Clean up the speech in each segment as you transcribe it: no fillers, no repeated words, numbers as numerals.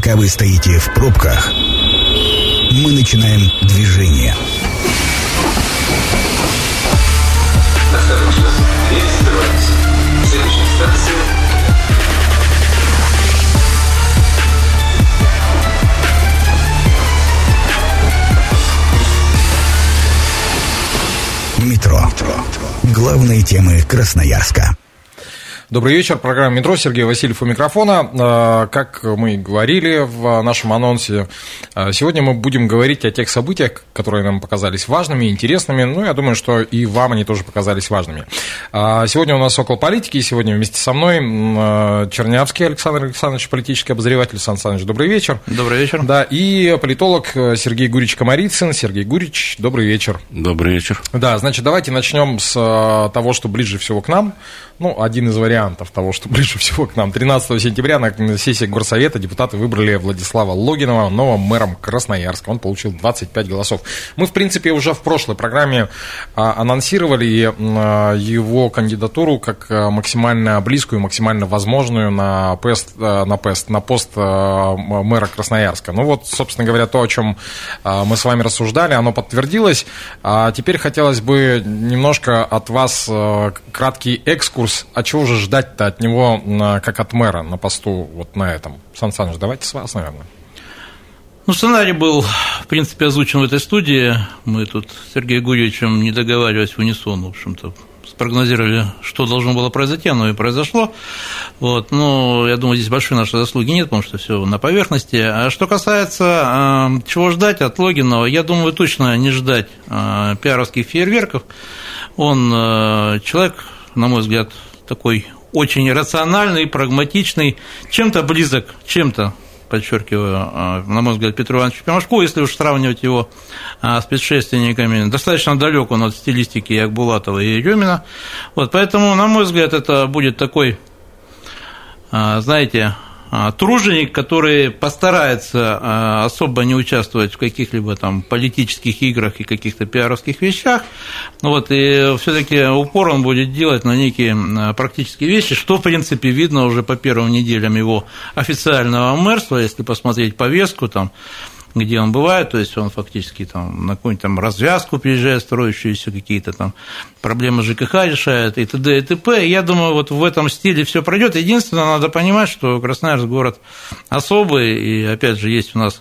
Пока вы стоите в пробках, мы начинаем движение. Осторожно, дверь закрывается. Следующая станция. Метро. Главные темы Красноярска. Добрый вечер, программа «Метро», Сергей Васильев у микрофона. Как мы и говорили в нашем анонсе, сегодня мы будем говорить о тех событиях, которые нам показались важными, интересными, ну, я думаю, что и вам они тоже показались важными. Сегодня у нас около политики, и сегодня вместе со мной Чернявский Александр Александрович, политический обозреватель. Сан Саныч, добрый вечер. Добрый вечер. Да, и политолог Сергей Гурьевич Комарицын. Сергей Гурьевич, добрый вечер. Добрый вечер. Да, значит, давайте начнем с того, что ближе всего к нам. Ну, один из вариантов того, что ближе всего к нам. 13 сентября на сессии Горсовета депутаты выбрали Владислава Логинова новым мэром Красноярска. Он получил 25 голосов. Мы, в принципе, уже в прошлой программе анонсировали его кандидатуру как максимально близкую, максимально возможную на пост мэра Красноярска. Ну вот, собственно говоря, то, о чем мы с вами рассуждали, оно подтвердилось. А теперь хотелось бы немножко от вас краткий экскурс. А чего же ждать-то от него, как от мэра на посту вот на этом? Сан Саныч, давайте с вас, наверное. Ну, сценарий был, в принципе, озвучен в этой студии. Мы тут с Сергеем Гурьевичем, не договариваясь в унисон, в общем-то, спрогнозировали, что должно было произойти, оно и произошло. Вот. Но я думаю, здесь большой нашей заслуги нет, потому что все на поверхности. А что касается чего ждать от Логинова, я думаю, точно не ждать пиаровских фейерверков. Он человек, на мой взгляд, такой очень рациональный, прагматичный, чем-то близок, подчеркиваю, на мой взгляд, Петру Ивановичу Пимашкову, если уж сравнивать его с предшественниками. Достаточно далек он от стилистики Акбулатова и Еремина. Вот, поэтому, на мой взгляд, это будет такой, знаете, труженик, который постарается особо не участвовать в каких-либо там политических играх и каких-то пиаровских вещах, вот, и все-таки упор он будет делать на некие практические вещи, что, в принципе, видно уже по первым неделям его официального мэрства, если посмотреть повестку, там, где он бывает, то есть он фактически там на какую-нибудь там развязку приезжает, строящуюся какие-то там проблемы ЖКХ решает и т.д. и т.п. Я думаю, вот в этом стиле все пройдет. Единственное, надо понимать, что Красноярск город особый, и опять же есть у нас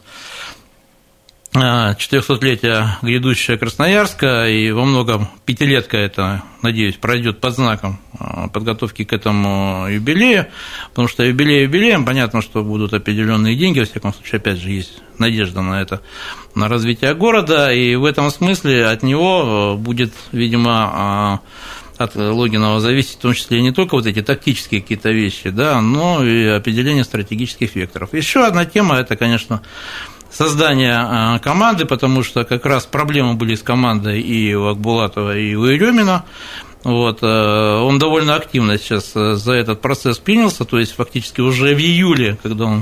400-летие грядущее Красноярска, и во многом пятилетка это, надеюсь, пройдет под знаком подготовки к этому юбилею, потому что юбилеем, понятно, что будут определенные деньги, во всяком случае, опять же, есть надежда на это, на развитие города, и в этом смысле от него будет, видимо, от Логинова зависит в том числе не только вот эти тактические какие-то вещи, да, но и определение стратегических векторов. Еще одна тема – это, конечно, создание команды, потому что как раз проблемы были с командой и у Акбулатова, и у Еремина. Вот, он довольно активно сейчас за этот процесс принялся, то есть фактически уже в июле, когда он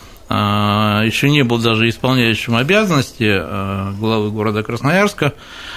еще не был даже исполняющим обязанности главы города Красноярска,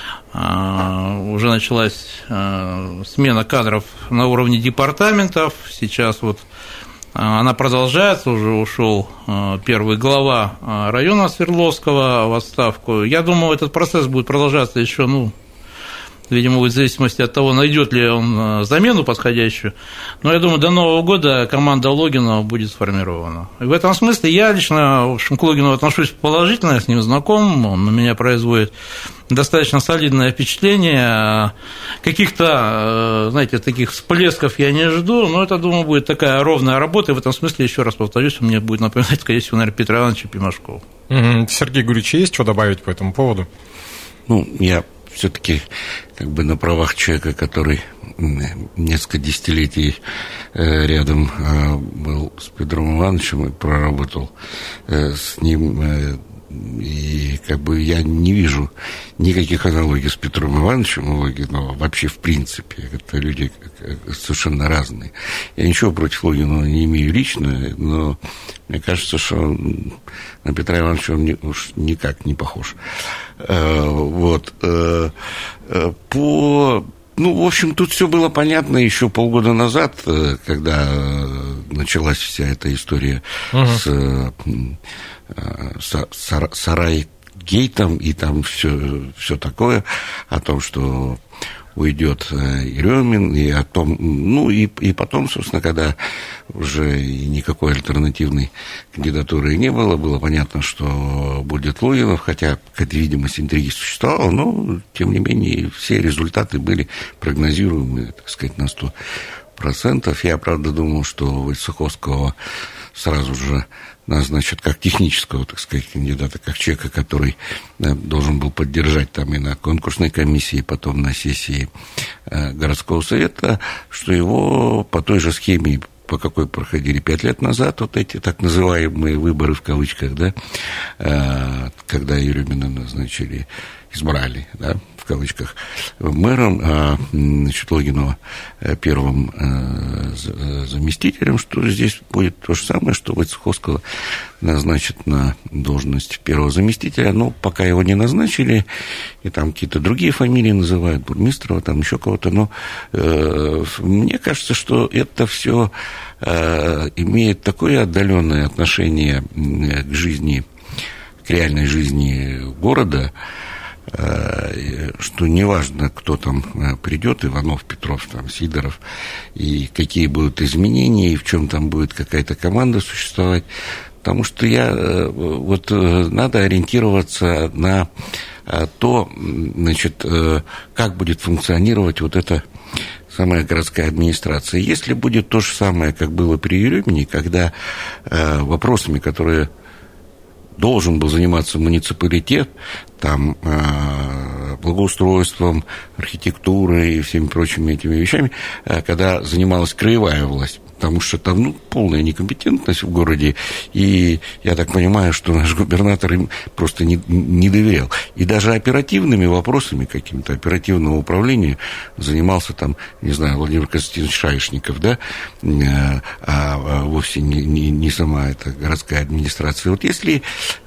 уже началась смена кадров на уровне департаментов, сейчас вот она продолжается, уже ушел первый глава района Свердловского в отставку. Я думаю, этот процесс будет продолжаться еще, видимо, в зависимости от того, найдет ли он замену подходящую. Но я думаю, до Нового года команда Логинова будет сформирована. И в этом смысле я лично, в общем, к Логинову отношусь положительно, я с ним знаком, он на меня производит достаточно солидное впечатление. Каких-то, знаете, таких всплесков я не жду, но это, думаю, будет такая ровная работа, и в этом смысле, еще раз повторюсь, мне будет напоминать, скорее всего, наверное, Петра Ивановича Пимашкова. Сергей Гурьевич, есть что добавить по этому поводу? Я все-таки как бы на правах человека, который несколько десятилетий рядом был с Петром Ивановичем и проработал с ним, и как бы я не вижу никаких аналогий с Петром Ивановичем и Логиновым вообще в принципе. Это люди совершенно разные. Я ничего против Логинова не имею лично, но мне кажется, что на Петра Ивановича он уж никак не похож. В общем, тут все было понятно еще полгода назад, когда началась вся эта история с Сарайгейтом и там все такое, о том, что уйдет Еремин, и о том, ну и потом, собственно, когда уже и никакой альтернативной кандидатуры не было, было понятно, что будет Логинов, хотя какая-то видимость интриги существовала, но, тем не менее, все результаты были прогнозируемы, так сказать, на 100%. Я, правда, думал, что Войцеховского сразу же назначат как технического, так сказать, кандидата, как человека, который должен был поддержать там и на конкурсной комиссии, потом на сессии городского совета, что его по той же схеме, по какой проходили 5 лет назад, вот эти так называемые выборы в кавычках, да, когда Еремина назначили, избрали, да, в кавычках, мэром, а, значит, Логинова первым заместителем, что здесь будет то же самое, что Войцеховского назначат на должность первого заместителя, но пока его не назначили, и там какие-то другие фамилии называют, Бурмистрова, там еще кого-то, но мне кажется, что это все имеет такое отдаленное отношение к жизни, к реальной жизни города, что неважно, кто там придет, Иванов, Петров, там, Сидоров, и какие будут изменения, и в чем там будет какая-то команда существовать, потому что вот надо ориентироваться на то, значит, как будет функционировать вот эта самая городская администрация. Если будет то же самое, как было при Еремине, когда вопросами, которые должен был заниматься муниципалитет, там, благоустройством, архитектурой и всеми прочими этими вещами, когда занималась краевая власть. Потому что там полная некомпетентность в городе, и я так понимаю, что наш губернатор им просто не доверял. И даже оперативными вопросами каким-то, оперативного управления занимался там, не знаю, Владимир Константинович Шаишников, да, а вовсе не сама эта городская администрация. Вот если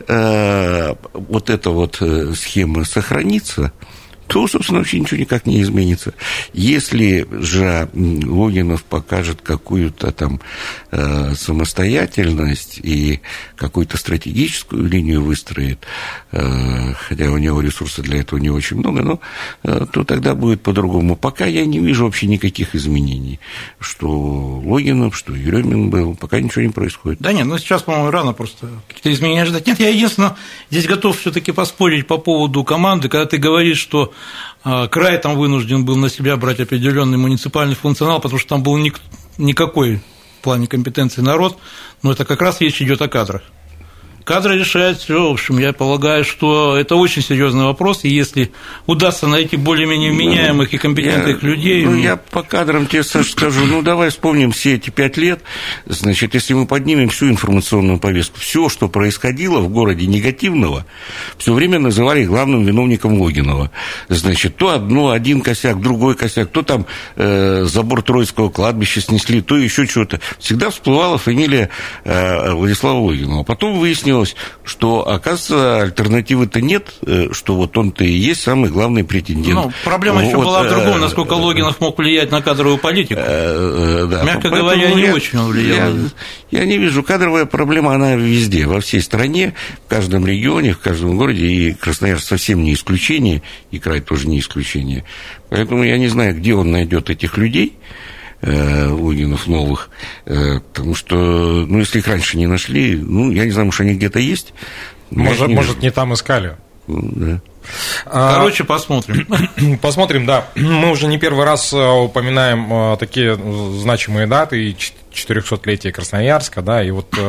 вот эта вот схема сохранится, то, собственно, вообще ничего никак не изменится. Если же Логинов покажет какую-то там самостоятельность и какую-то стратегическую линию выстроит, хотя у него ресурсов для этого не очень много, но то тогда будет по-другому. Пока я не вижу вообще никаких изменений. Что Логинов, что Еремин был, пока ничего не происходит. Да нет, ну сейчас, по-моему, рано просто какие-то изменения ждать. Нет, я единственное здесь готов все-таки поспорить по поводу команды, когда ты говоришь, что край там вынужден был на себя брать определенный муниципальный функционал, потому что там был никакой в плане компетенции народ, но это как раз речь идет о кадрах. Кадры решают все. В общем, я полагаю, что это очень серьезный вопрос, и если удастся найти более-менее вменяемых и компетентных людей... Я по кадрам тебе, Саша, скажу, давай вспомним все эти 5 лет, значит, если мы поднимем всю информационную повестку, все, что происходило в городе негативного, все время называли главным виновником Логинова. Значит, то один косяк, другой косяк, то там забор Троицкого кладбища снесли, то еще что-то. Всегда всплывала фамилия Владислава Логинова. Потом выяснилось, что, оказывается, альтернативы-то нет, что вот он-то и есть самый главный претендент. Проблема еще была в другом, насколько Логинов мог влиять на кадровую политику. Да, мягко говоря, не очень он влиял. Я не вижу. Кадровая проблема, она везде, во всей стране, в каждом регионе, в каждом городе, и Красноярск совсем не исключение, и край тоже не исключение. Поэтому я не знаю, где он найдет этих людей, Логинов новых, потому что, если их раньше не нашли, я не знаю, может, они где-то есть. Может, не там искали. Да. Короче, посмотрим. Посмотрим, да. Мы уже не первый раз упоминаем такие значимые даты, 400-летие Красноярска, да, и вот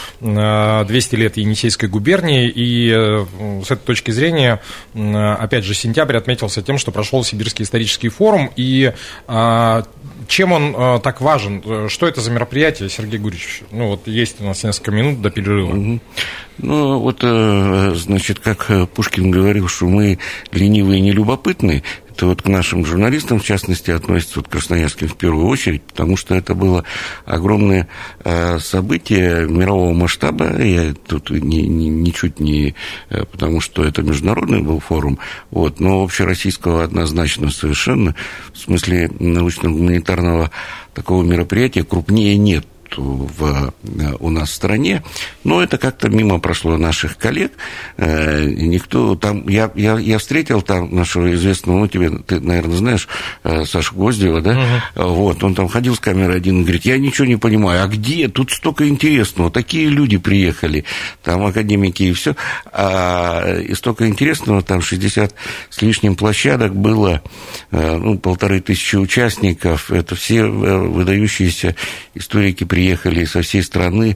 200 лет Енисейской губернии, и с этой точки зрения, опять же, сентябрь отметился тем, что прошел Сибирский исторический форум, и чем он так важен? Что это за мероприятие, Сергей Гурьевич? Есть у нас несколько минут до перерыва. Значит, как Пушкин говорил, что мы ленивые и нелюбопытные, это вот к нашим журналистам, в частности, относится красноярским в первую очередь, потому что это было огромное событие мирового масштаба. Я тут ничуть не... потому что это международный был форум, но общероссийского однозначно совершенно. В смысле научно-гуманитарного такого мероприятия крупнее нет. у нас в стране, но это как-то мимо прошло наших коллег. Никто там... Я встретил там нашего известного, ты, наверное, знаешь, Сашу Гвоздева, да? Вот, он там ходил с камерой один и говорит, я ничего не понимаю, а где? Тут столько интересного, такие люди приехали, там академики и все, и столько интересного, там 60 с лишним площадок было, 1500 участников, это все выдающиеся историки приехали со всей страны.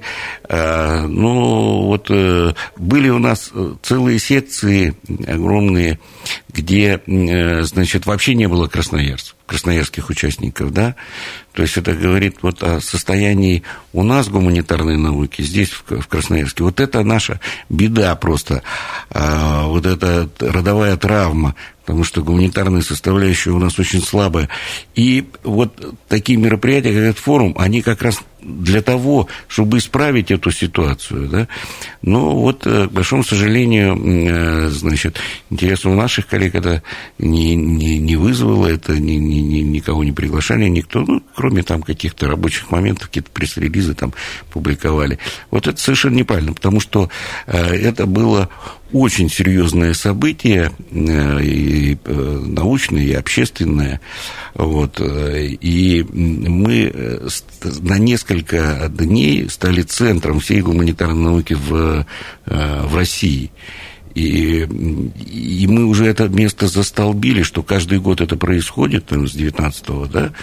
Были у нас целые секции огромные, где, значит, вообще не было красноярских участников, да, то есть это говорит вот о состоянии у нас гуманитарной науки, здесь, в Красноярске. Вот это наша беда просто, вот эта родовая травма, потому что гуманитарная составляющая у нас очень слабая. И вот такие мероприятия, как этот форум, они как раз для того, чтобы исправить эту ситуацию, да. Но вот, к большому сожалению, значит, интереса у наших коллег это не вызвало, это никого не приглашали, никто, кроме там каких-то рабочих моментов, какие-то пресс-релизы там публиковали. Вот это совершенно неправильно, потому что это было очень серьезное событие, и научное, и общественное. Вот. И мы на несколько дней стали центром всей гуманитарной науки в России. И мы уже это место застолбили, что каждый год это происходит, там, с 19-го, да,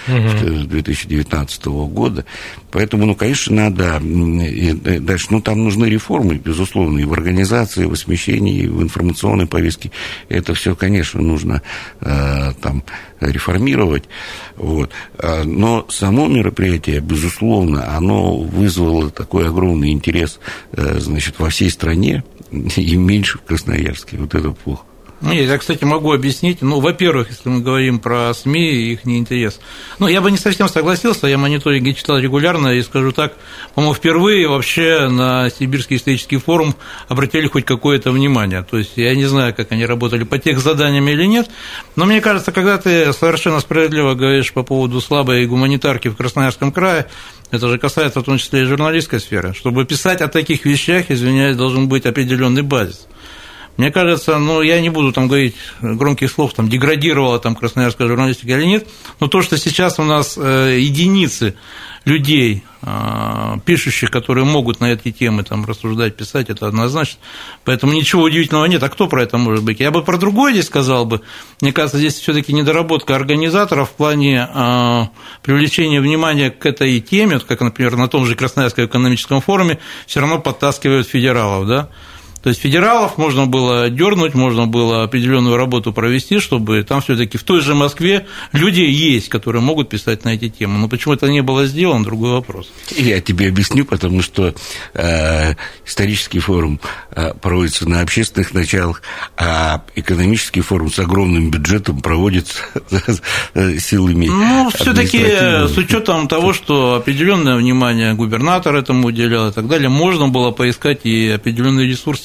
2019 года. Поэтому, конечно, надо дальше, там нужны реформы, безусловно, и в организации, и в освещении, и в информационной повестке. Это все, конечно, нужно там реформировать. Вот. Но само мероприятие, безусловно, оно вызвало такой огромный интерес, значит, во всей стране, и меньше в Красноярске. Вот это плохо. Я, кстати, могу объяснить. Во-первых, если мы говорим про СМИ и их неинтерес. Я бы не совсем согласился, я мониторинги читал регулярно, и скажу так, по-моему, впервые вообще на Сибирский исторический форум обратили хоть какое-то внимание. То есть я не знаю, как они работали по тех заданиям или нет, но мне кажется, когда ты совершенно справедливо говоришь по поводу слабой гуманитарки в Красноярском крае, это же касается в том числе и журналистской сферы. Чтобы писать о таких вещах, извиняюсь, должен быть определенный базис. Мне кажется, я не буду там говорить громких слов, там, деградировала там красноярская журналистика или нет, но то, что сейчас у нас единицы людей, пишущих, которые могут на эти темы там рассуждать, писать, это однозначно. Поэтому ничего удивительного нет. А кто про это может быть? Я бы про другое здесь сказал бы. Мне кажется, здесь все-таки недоработка организаторов в плане привлечения внимания к этой теме, как, например, на том же Красноярском экономическом форуме, все равно подтаскивают федералов, да? То есть федералов можно было дернуть, можно было определенную работу провести, чтобы там все-таки в той же Москве люди есть, которые могут писать на эти темы. Но почему это не было сделано, другой вопрос. Я тебе объясню, потому что исторический форум проводится на общественных началах, а экономический форум с огромным бюджетом проводится силами. Все-таки с учетом того, что определенное внимание губернатор этому уделял и так далее, можно было поискать и определенные ресурсы.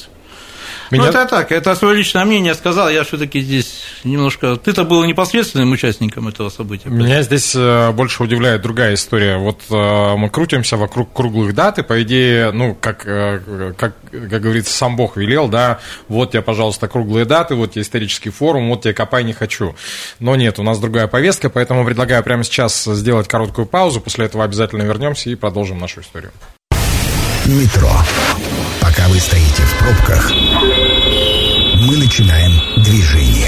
Это так, это свое личное мнение сказал, я все-таки здесь немножко... Ты-то был непосредственным участником этого события. Меня здесь больше удивляет другая история. Вот мы крутимся вокруг круглых дат, и, по идее, как говорится, сам Бог велел, да, вот тебе, пожалуйста, круглые даты, вот тебе исторический форум, вот тебе копай не хочу. Но нет, у нас другая повестка, поэтому предлагаю прямо сейчас сделать короткую паузу, после этого обязательно вернемся и продолжим нашу историю. Метро. Пока вы стоите в пробках, мы начинаем движение.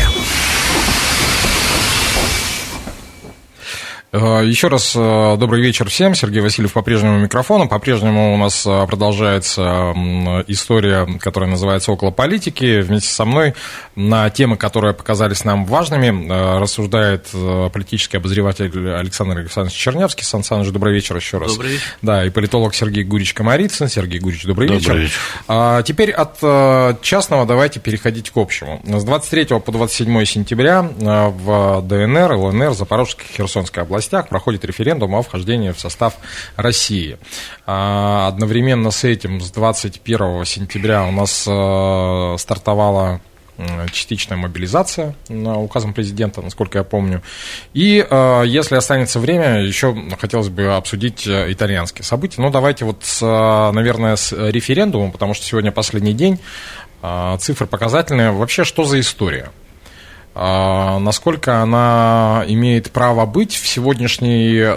Еще раз добрый вечер всем. Сергей Васильев по-прежнему у микрофона. По-прежнему у нас продолжается история, которая называется «Около политики». Вместе со мной на темы, которые показались нам важными, рассуждает политический обозреватель Александр Александрович Чернявский. Сан Саныч, добрый вечер еще раз. Добрый вечер. Да, и политолог Сергей Гурич-Комарицын. Сергей Гурич, добрый вечер. Добрый вечер. Теперь от частного давайте переходить к общему. С 23 по 27 сентября в ДНР, ЛНР, Запорожской, Херсонской области проходит референдум о вхождении в состав России. Одновременно с этим, с 21 сентября у нас стартовала частичная мобилизация указом президента, насколько я помню. И если останется время, еще хотелось бы обсудить итальянские события. Ну, давайте вот, наверное, с референдумом, потому что сегодня последний день, цифры показательные. Вообще, что за история? Насколько она имеет право быть в сегодняшней,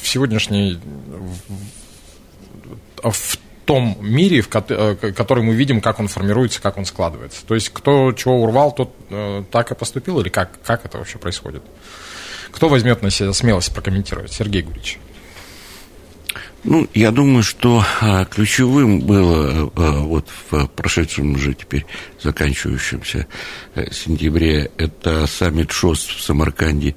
в том мире, который мы видим, как он формируется, как он складывается. То есть, кто чего урвал, тот так и поступил, или как это вообще происходит? Кто возьмет на себя смелость прокомментировать? Сергей Гурьевич. Ну, я думаю, что ключевым было вот в прошедшем уже теперь заканчивающемся сентябре это саммит ШОС в Самарканде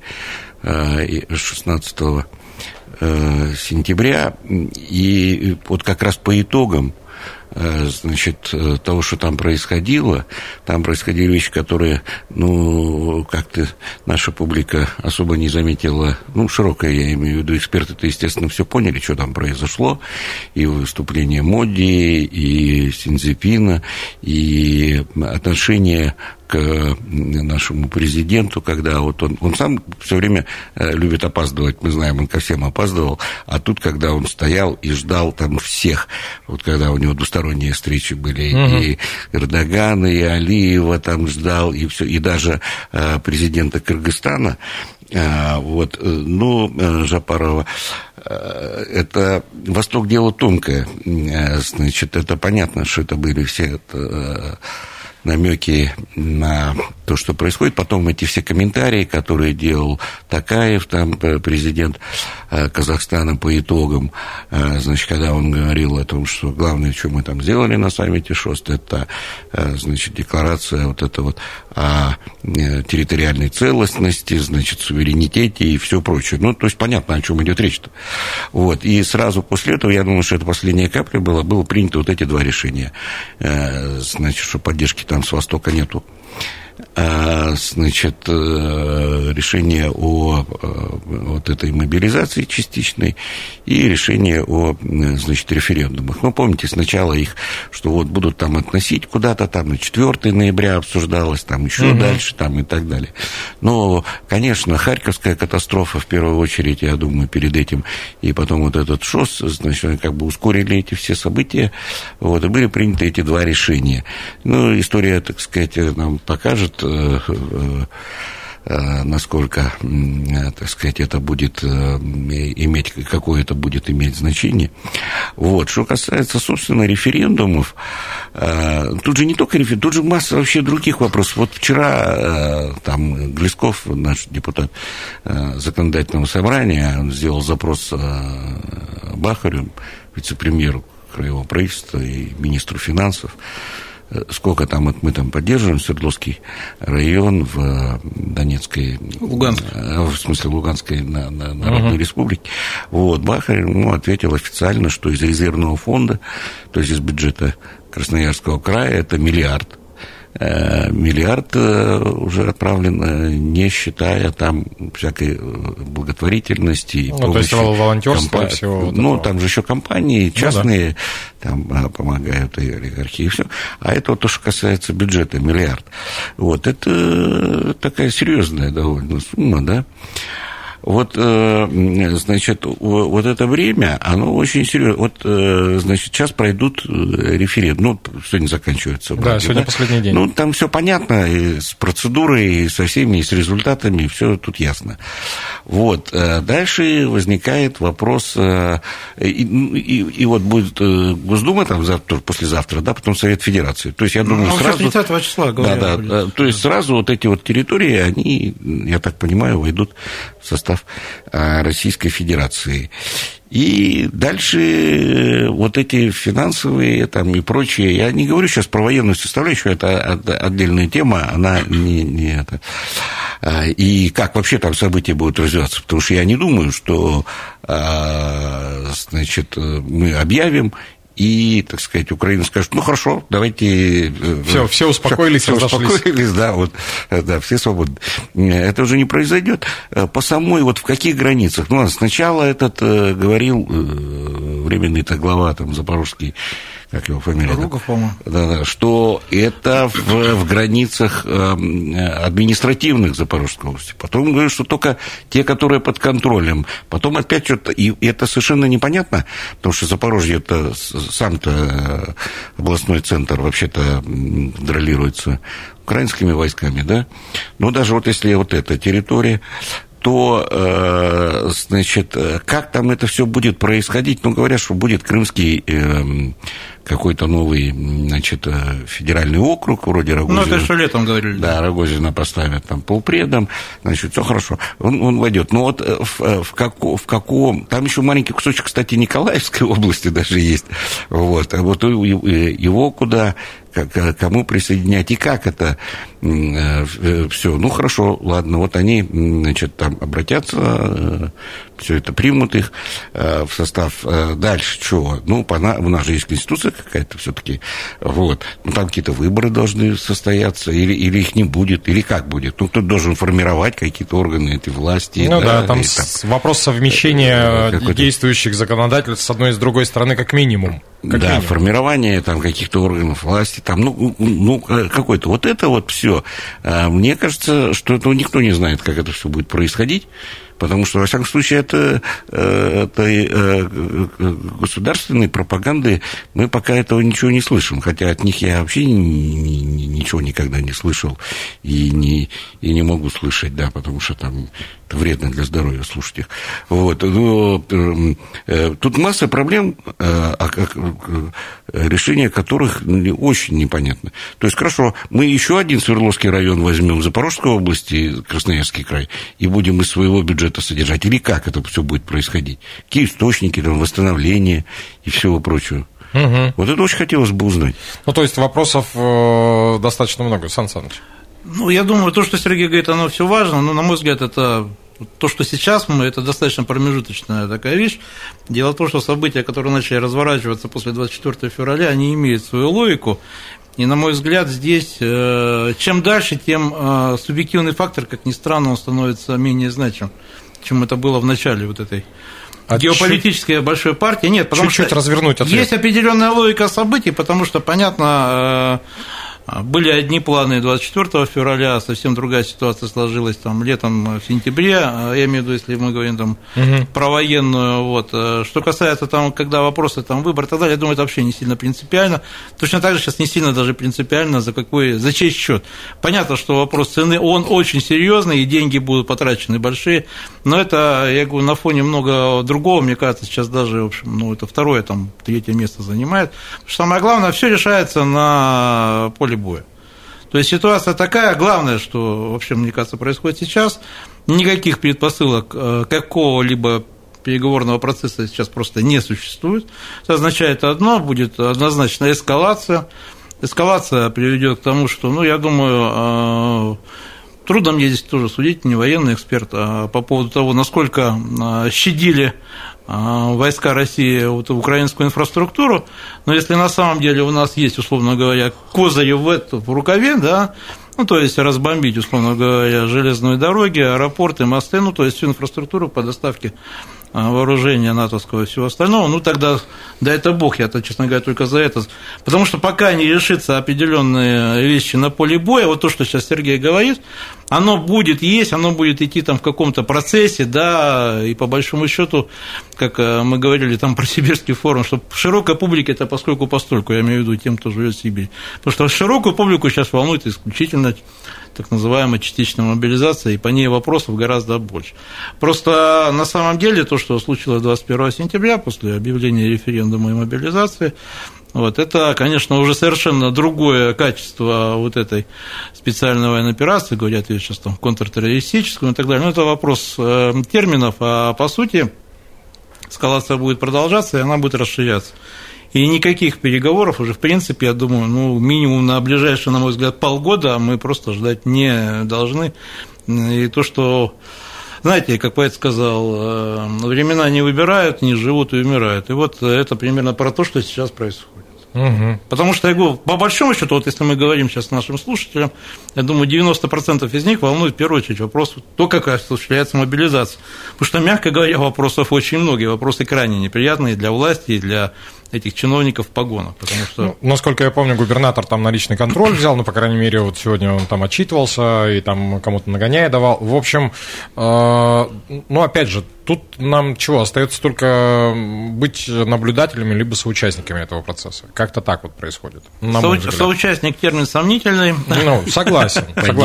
16 сентября. И вот как раз по итогам, значит, того, что там происходили вещи, которые, как-то наша публика особо не заметила, широкая, я имею в виду, эксперты-то, естественно, все поняли, что там произошло, и выступление Моди, и Синзепина, и отношение к нашему президенту, когда вот он сам все время любит опаздывать, мы знаем, он ко всем опаздывал, а тут, когда он стоял и ждал там всех, вот когда у него двусторонние встречи были, и Эрдогана, и Алиева там ждал, и все, и даже президента Кыргызстана, Жапарова, это Восток дело тонкое, значит, это понятно, что это были все намеки на то, что происходит. Потом эти все комментарии, которые делал Токаев, там, президент Казахстана, по итогам, значит, когда он говорил о том, что главное, что мы там сделали на саммите ШОС, это, значит, декларация вот это вот о территориальной целостности, значит, суверенитете и все прочее. То есть понятно, о чем идет речь-то. Вот. И сразу после этого, я думаю, что это последняя капля была, было принято вот эти два решения. Значит, что поддержки там с Востока нету. Значит, решение о вот этой мобилизации частичной и решение о, значит, референдумах. Помните, сначала их, что вот будут там относить куда-то, там на 4 ноября обсуждалось, там еще дальше, там и так далее. Но, конечно, Харьковская катастрофа в первую очередь, я думаю, перед этим, и потом вот этот ШОС, значит, как бы ускорили эти все события, вот, и были приняты эти два решения. История, так сказать, нам покажет, насколько, так сказать, это будет иметь, какое это будет иметь значение. Вот. Что касается, собственно, референдумов, тут же не только референдум, тут же масса вообще других вопросов. Вот вчера там Глесков, наш депутат законодательного собрания, он сделал запрос Бахарю, вице-премьеру краевого правительства и министру финансов, сколько там мы там поддерживаем Свердловский район в Донецкой, в смысле Луганской Народной Республике. Вот, Бахарь ответил официально, что из резервного фонда, то есть из бюджета Красноярского края, это миллиард уже отправлен, не считая там всякой благотворительности и помощи. То есть волонтерства и всего. Там же еще компании частные там помогают, и олигархи, и все. А это вот то, что касается бюджета, миллиард. Вот, это такая серьезная довольно сумма, да. Вот, значит, вот это время, оно очень серьезно. Вот, значит, сейчас пройдут референдумы, сегодня заканчивается. Да, сегодня последний день. Там все понятно, и с процедурой, и со всеми, и с результатами, все тут ясно. Вот, дальше возникает вопрос, и вот будет Госдума там завтра, послезавтра, да, потом Совет Федерации. То есть, я думаю, сразу... 30 числа, говорят. Да, то есть, сразу вот эти вот территории, они, я так понимаю, войдут в состав Российской Федерации. И дальше вот эти финансовые там и прочие, я не говорю сейчас про военную составляющую, это отдельная тема, она не это. И как вообще там события будут развиваться, потому что я не думаю, что, значит, мы объявим, и, так сказать, Украина скажет, хорошо, давайте... Все успокоились, все успокоились, да, вот, да, все свободны. Это уже не произойдет. По самой, вот в каких границах? Сначала говорил временный глава там, Запорожской как его фамилия? Рогов, по-моему. Да, что это в границах административных Запорожской области. Потом говорят, что только те, которые под контролем. Потом опять что-то... И это совершенно непонятно, потому что Запорожье это сам-то областной центр вообще-то контролируется украинскими войсками, да? Но даже вот если вот эта территория, то, значит, как там это все будет происходить? Ну, говорят, что будет крымский какой-то новый, значит, федеральный округ, вроде Рогозина. Ну, это что летом говорили. Да, Рогозина поставят там полпредом, значит, все хорошо, он войдет. Но вот в каком... Там еще маленький кусочек, кстати, Николаевской области даже есть. Вот, а вот его куда... кому присоединять и как это все. Ну, хорошо, ладно, вот они, значит, там обратятся, все это примут их в состав. Дальше чего? Ну, у нас же есть Конституция какая-то все-таки, вот. Ну, там какие-то выборы должны состояться, или их не будет, или как будет. Ну, кто должен формировать какие-то органы этой власти. Ну, да, там вопрос совмещения действующих законодательств с одной и с другой стороны как минимум. Да, формирование там каких-то органов власти, там, ну, какой-то. Вот это вот все. Мне кажется, что этого никто не знает, как это все будет происходить. Потому что, во всяком случае, это государственной пропаганды мы пока этого ничего не слышим. Хотя от них я вообще ничего никогда не слышал и не могу слышать, да, потому что там это вредно для здоровья слушать их. Вот. Но, тут масса проблем, решение которых очень непонятно. То есть, хорошо, мы еще один Свердловский район возьмем в Запорожской области, Красноярский край, и будем из своего бюджета содержать, или как это все будет происходить? Какие источники, там, восстановления и всего прочего? Угу. Вот это очень хотелось бы узнать. Ну, то есть вопросов достаточно много, Сан Саныч. Ну, я думаю, то, что Сергей говорит, оно все важно, но, на мой взгляд, это то, что сейчас мы, это достаточно промежуточная такая вещь. Дело в том, что события, которые начали разворачиваться после 24 февраля, они имеют свою логику. И, на мой взгляд, здесь чем дальше, тем субъективный фактор, как ни странно, он становится менее значим, чем это было в начале вот этой геополитической большой партии. Нет, потому чуть-чуть что развернуть ответ. Есть определенная логика событий, потому что, понятно, были одни планы 24 февраля, совсем другая ситуация сложилась там летом, в сентябре, я имею в виду, если мы говорим там про военную, вот. Что касается там, когда вопросы там выбор и так далее, я думаю, это вообще не сильно принципиально. Точно так же сейчас не сильно даже принципиально, за чей счет. Понятно, что вопрос цены, он очень серьезный, и деньги будут потрачены большие, но это, я говорю, на фоне много другого, мне кажется, сейчас даже, в общем, ну, это второе, там, третье место занимает. Потому что самое главное, все решается на поле боя. То есть ситуация такая, главное, что вообще, мне кажется, происходит сейчас, никаких предпосылок какого-либо переговорного процесса сейчас просто не существует. Это означает одно, будет однозначно эскалация. Эскалация приведет к тому, что, ну, я думаю, трудно мне здесь тоже судить, не военный эксперт, а по поводу того, насколько щадили войска России вот, украинскую инфраструктуру, но если на самом деле у нас есть, условно говоря, козыри в рукаве, да, ну, то есть разбомбить, условно говоря, железные дороги, аэропорты, мосты, ну, то есть всю инфраструктуру по доставке вооружения натовского и всего остального, ну, тогда, да это бог, я-то, честно говоря, только за это, потому что пока не решится определенные вещи на поле боя, вот то, что сейчас Сергей говорит, оно будет есть, оно будет идти там в каком-то процессе, да, и по большому счету, как мы говорили там про Сибирский форум, что широкая публика это поскольку-постольку, я имею в виду тем, кто живет в Сибири, потому что широкую публику сейчас волнует исключительно так называемая частичная мобилизация, и по ней вопросов гораздо больше. Просто на самом деле то, что случилось 21 сентября после объявления референдума и мобилизации, вот, это, конечно, уже совершенно другое качество вот этой специальной военной операции, говорят ее сейчас там контртеррористическую и так далее, но это вопрос терминов, а по сути эскалация будет продолжаться, и она будет расширяться. И никаких переговоров уже, в принципе, я думаю, ну, минимум на ближайшие, на мой взгляд, полгода мы просто ждать не должны. И то, что, знаете, как поэт сказал, времена не выбирают, не живут и умирают. И вот это примерно про то, что сейчас происходит. Угу. Потому что, я говорю, по большому счету, вот если мы говорим сейчас нашим слушателям, я думаю, 90% из них волнует в первую очередь вопрос, то, как осуществляется мобилизация. Потому что, мягко говоря, вопросов очень много, и вопросы крайне неприятные для власти и для этих чиновников в погонах, потому что... Ну, насколько я помню, губернатор там на личный контроль взял, по крайней мере, вот сегодня он там отчитывался и там кому-то нагоняя давал. В общем, опять же, тут нам чего, остается только быть наблюдателями либо соучастниками этого процесса. Как-то так вот происходит. Соучастник термин сомнительный. Согласен.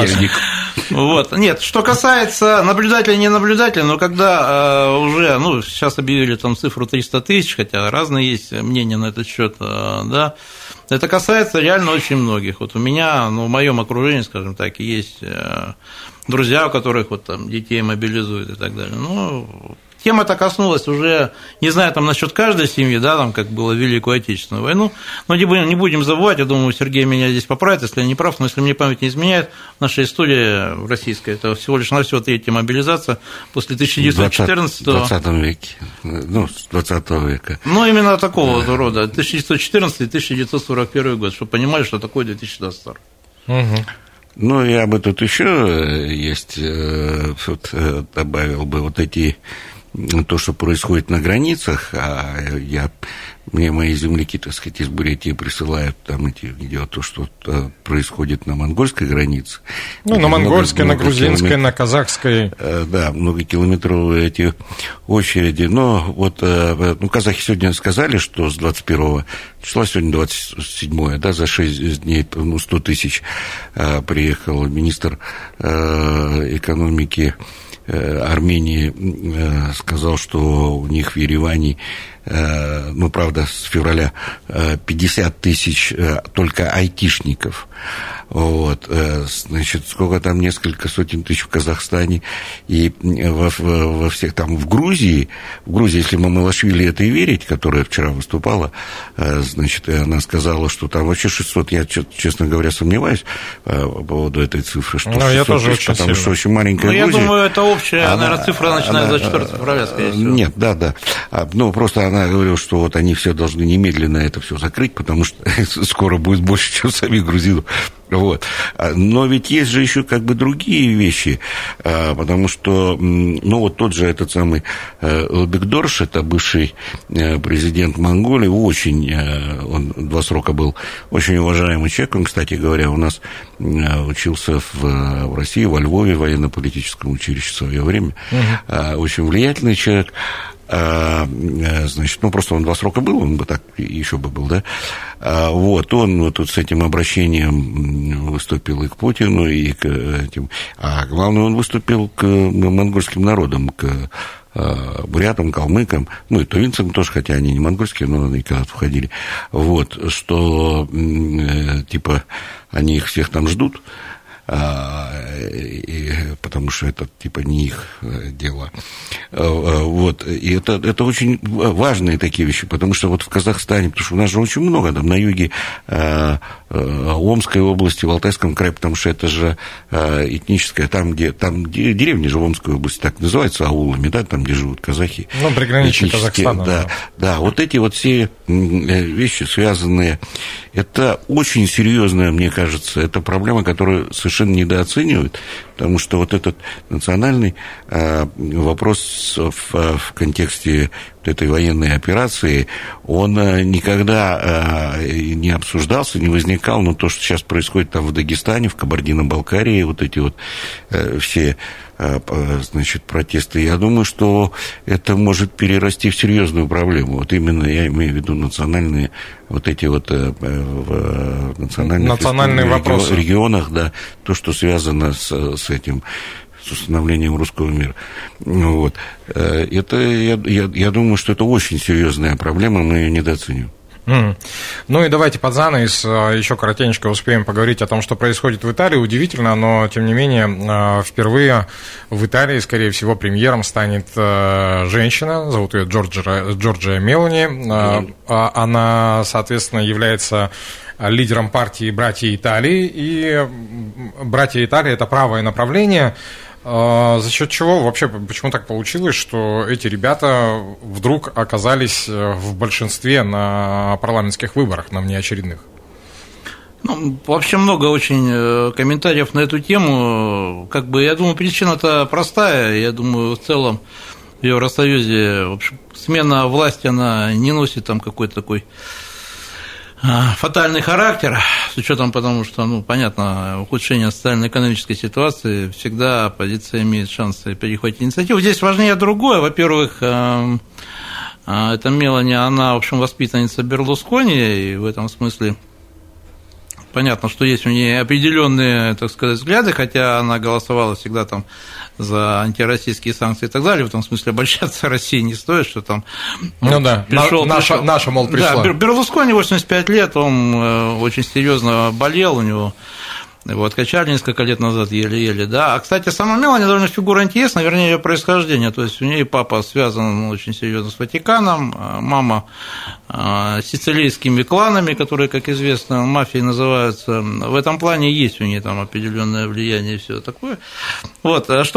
Вот. Нет, что касается наблюдателя, не наблюдателя, но когда уже, сейчас объявили там цифру 300 тысяч, хотя разные есть мнения на этот счет, да, это касается реально очень многих. Вот у меня, в моем окружении, скажем так, есть друзья, у которых вот там детей мобилизуют и так далее. Тема-то коснулась уже, не знаю, там насчет каждой семьи, да, там как было в Великую Отечественную войну, но не будем забывать, я думаю, Сергей меня здесь поправит, если я не прав, но если мне память не изменяет, наша история российская, это всего лишь навсего третья мобилизация после 1914 в 20 веке, с 20 века. Именно такого рода, 1914-1941 год, чтобы понимали, что такое 2022. Угу. Я бы тут еще есть, добавил бы вот эти, то, что происходит на границах, мне мои земляки, так сказать, из Бурятии присылают там эти видео, то, что происходит на монгольской границе. На монгольской, на грузинской, на казахской. Да, многокилометровые эти очереди. Но казахи сегодня сказали, что с 21 числа, сегодня 27, да, за 6 дней 100 тысяч приехал министр экономики Армении, сказал, что у них в Ереване, правда, с февраля 50 тысяч только айтишников. Значит, сколько там, несколько сотен тысяч в Казахстане и во всех там в Грузии, если Мамалашвили этой верить, которая вчера выступала, значит, она сказала, что там вообще 600, я, честно говоря, сомневаюсь по поводу этой цифры, что 600 я тоже тысяч, потому что очень маленькая Грузия. Я думаю, это общая, наверное, цифра начинается с 4 февраля, скорее всего. Нет, да. Просто она говорила, что вот они все должны немедленно это все закрыть, потому что скоро будет больше, чем самих грузинов. Но ведь есть же еще как бы другие вещи, потому что, тот же этот самый Элбекдорш, это бывший президент Монголии, он 2 срока был очень уважаемый человек, он, кстати говоря, у нас учился в России, во Львове, в военно-политическом училище в свое время, очень влиятельный человек. Значит, просто он 2 срока был, он бы так еще бы был, да. Он тут с этим обращением выступил и к Путину, и к этим. А главное, он выступил к монгольским народам, к бурятам, калмыкам, и тувинцам тоже, хотя они не монгольские, но они когда-то входили. Что, они их всех там ждут, потому что это не их дело. И это очень важные такие вещи, потому что в Казахстане, потому что у нас же очень много там на юге Омской области, в Алтайском крае, потому что это же этническое, там деревни же в Омской области так называются аулами, да, там, где живут казахи. Приграничие Казахстана. Да, вот эти все вещи связанные, это очень серьезная, мне кажется, это проблема, которую совершенно недооценивают, потому что этот национальный вопрос в контексте этой военной операции, он никогда не обсуждался, не возникал, но то, что сейчас происходит там в Дагестане, в Кабардино-Балкарии, эти все, значит, протесты, я думаю, что это может перерасти в серьезную проблему. Именно я имею в виду национальные национальные вопросы в регионах, да, то, что связано с этим, с установлением русского мира. Это, я думаю, что это очень серьезная проблема, мы ее недооцениваем. И давайте под занавес еще коротенько успеем поговорить о том, что происходит в Италии. Удивительно, но, тем не менее, впервые в Италии, скорее всего, премьером станет женщина, зовут ее Джорджия Мелони. Она, соответственно, является лидером партии «Братья Италии», и «Братья Италии» – это правое направление. За счет чего вообще, почему так получилось, что эти ребята вдруг оказались в большинстве на парламентских выборах, на внеочередных? Ну, вообще много очень комментариев на эту тему. Как бы, я думаю, причина-то простая. Я думаю, в целом в Евросоюзе, в общем, смена власти, она не носит там какой-то такой фатальный характер, с учетом, потому что, ну, понятно, ухудшение социально-экономической ситуации, всегда оппозиция имеет шансы перехватить инициативу. Здесь важнее другое. Во-первых, эта Мелани, она, в общем, воспитанница Берлускони, и в этом смысле понятно, что есть у нее определенные, так сказать, взгляды, хотя она голосовала всегда там за антироссийские санкции и так далее. В этом смысле обольщаться России не стоит, что там... Ну да, наша, мол, пришла. Да, Берлускони 85 лет, он очень серьезно болел, у него... Его откачали несколько лет назад еле-еле, да. А, кстати, сама Мелани довольно фигура интересная, вернее, ее происхождение. То есть у нее папа связан очень серьезно с Ватиканом, мама с сицилийскими кланами, которые, как известно, мафией называются. В этом плане есть у нее там определенное влияние и все такое. Вот. Что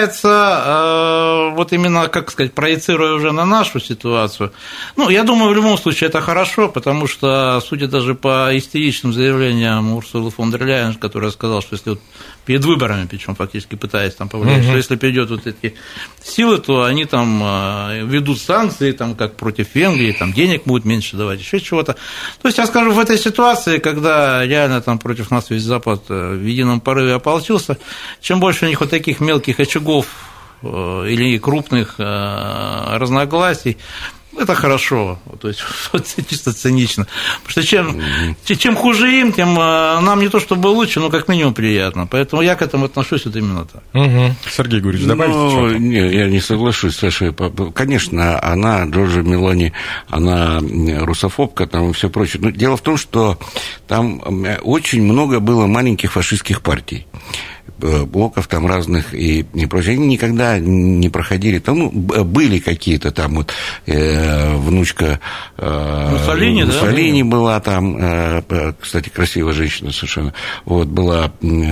касается, вот именно, как сказать, проецируя уже на нашу ситуацию, ну, я думаю, в любом случае это хорошо, потому что, судя даже по истеричным заявлениям Урсулы фон дер Ляйен, который сказал, что если вот перед выборами, причем фактически пытаясь там повлиять, что если придет вот эти силы, то они там ведут санкции, там, как против Венгрии, там денег будут меньше давать, еще чего-то. То есть я скажу, в этой ситуации, когда реально там против нас весь Запад в едином порыве ополчился, чем больше у них вот таких мелких очагов или крупных разногласий, это хорошо, то есть чисто цинично. Потому что чем хуже им, тем нам не то чтобы лучше, но как минимум приятно. Поэтому я к этому отношусь вот именно так. Сергей Гурьевич, добавите что-то? Нет, я не соглашусь, Саша. Конечно, она, Джорджа Мелони, она русофобка там и все прочее. Но дело в том, что там очень много было маленьких фашистских партий, блоков там разных и прочее, они никогда не проходили, там, ну, были какие-то там вот внучка Муссолини была там, кстати, красивая женщина совершенно, вот, была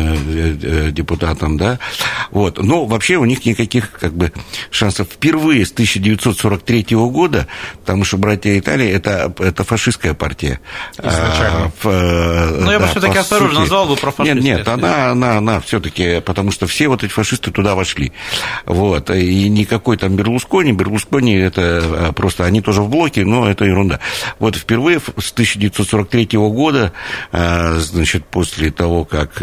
депутатом, да, вот, но вообще у них никаких, как бы, шансов. Впервые с 1943 года, потому что «Братья Италии» это фашистская партия. Изначально. Но я бы все-таки осторожно назвал бы про фашистскую. Нет, она все-таки, потому что все вот эти фашисты туда вошли. Вот. И никакой там Берлускони это просто, они тоже в блоке, но это ерунда. Вот впервые с 1943 года, значит, после того, как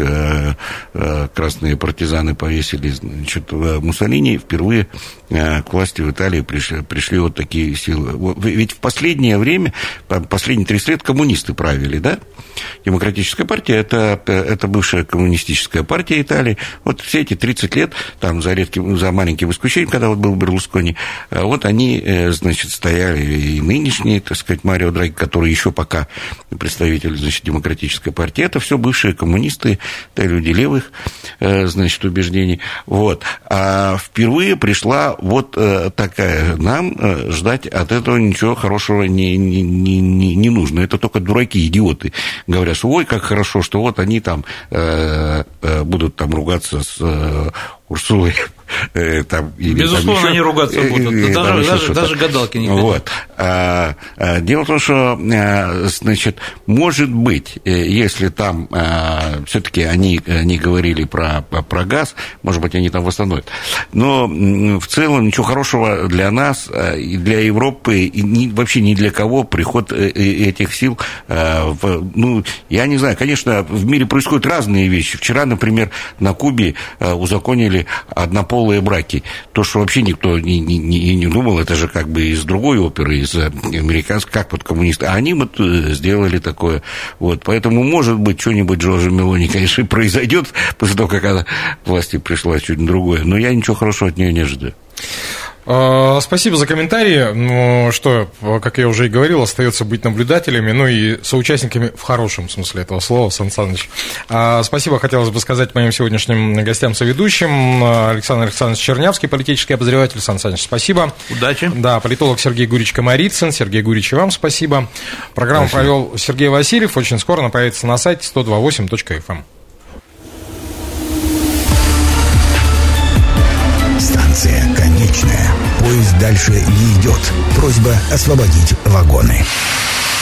красные партизаны повесили, значит, Муссолини, впервые к власти в Италии пришли вот такие силы. Ведь в последнее время, последние 30 лет коммунисты правили, да? Демократическая партия – это бывшая коммунистическая партия Италии. Вот все эти 30 лет, там, за маленьким исключением, когда вот был Берлускони, вот они, значит, стояли, и нынешние, так сказать, Марио Драги, который еще пока представитель, значит, демократической партии, это все бывшие коммунисты, это люди левых, значит, убеждений. Вот. А впервые пришла вот такая. Нам ждать от этого ничего хорошего не нужно. Это только дураки, идиоты говорят, что ой, как хорошо, что вот они там будут там ругаться с Урсулой. Там, безусловно, там они ругаться будут. Даже гадалки не вот. Дело в том, что, значит, может быть, если там все-таки они говорили про газ, может быть, они там восстановят. Но в целом ничего хорошего для нас и для Европы, и вообще ни для кого приход этих сил. Ну, я не знаю, конечно, в мире происходят разные вещи. Вчера, например, на Кубе узаконили однополые браки. То, что вообще никто не думал, это же как бы из другой оперы, из американской, как вот коммунисты. А они вот сделали такое. Вот. Поэтому, может быть, что-нибудь Джорджа Мелони, конечно, произойдет после того, как она к власти пришла, чуть другое. Но я ничего хорошего от нее не ожидаю. Спасибо за комментарии. Ну, что, как я уже и говорил, остается быть наблюдателями, ну и соучастниками в хорошем смысле этого слова, Сан Саныч. Спасибо хотелось бы сказать моим сегодняшним гостям-соведущим. Александр Александрович Чернявский, политический обозреватель. Сан Саныч, спасибо. Удачи. Да, политолог Сергей Гурьевич Комарицын. Сергей Гурьевич, и вам спасибо. Программу провел Сергей Васильев. Очень скоро она появится на сайте 102.8.fm. Станция конечная. Поезд дальше не идет. Просьба освободить вагоны.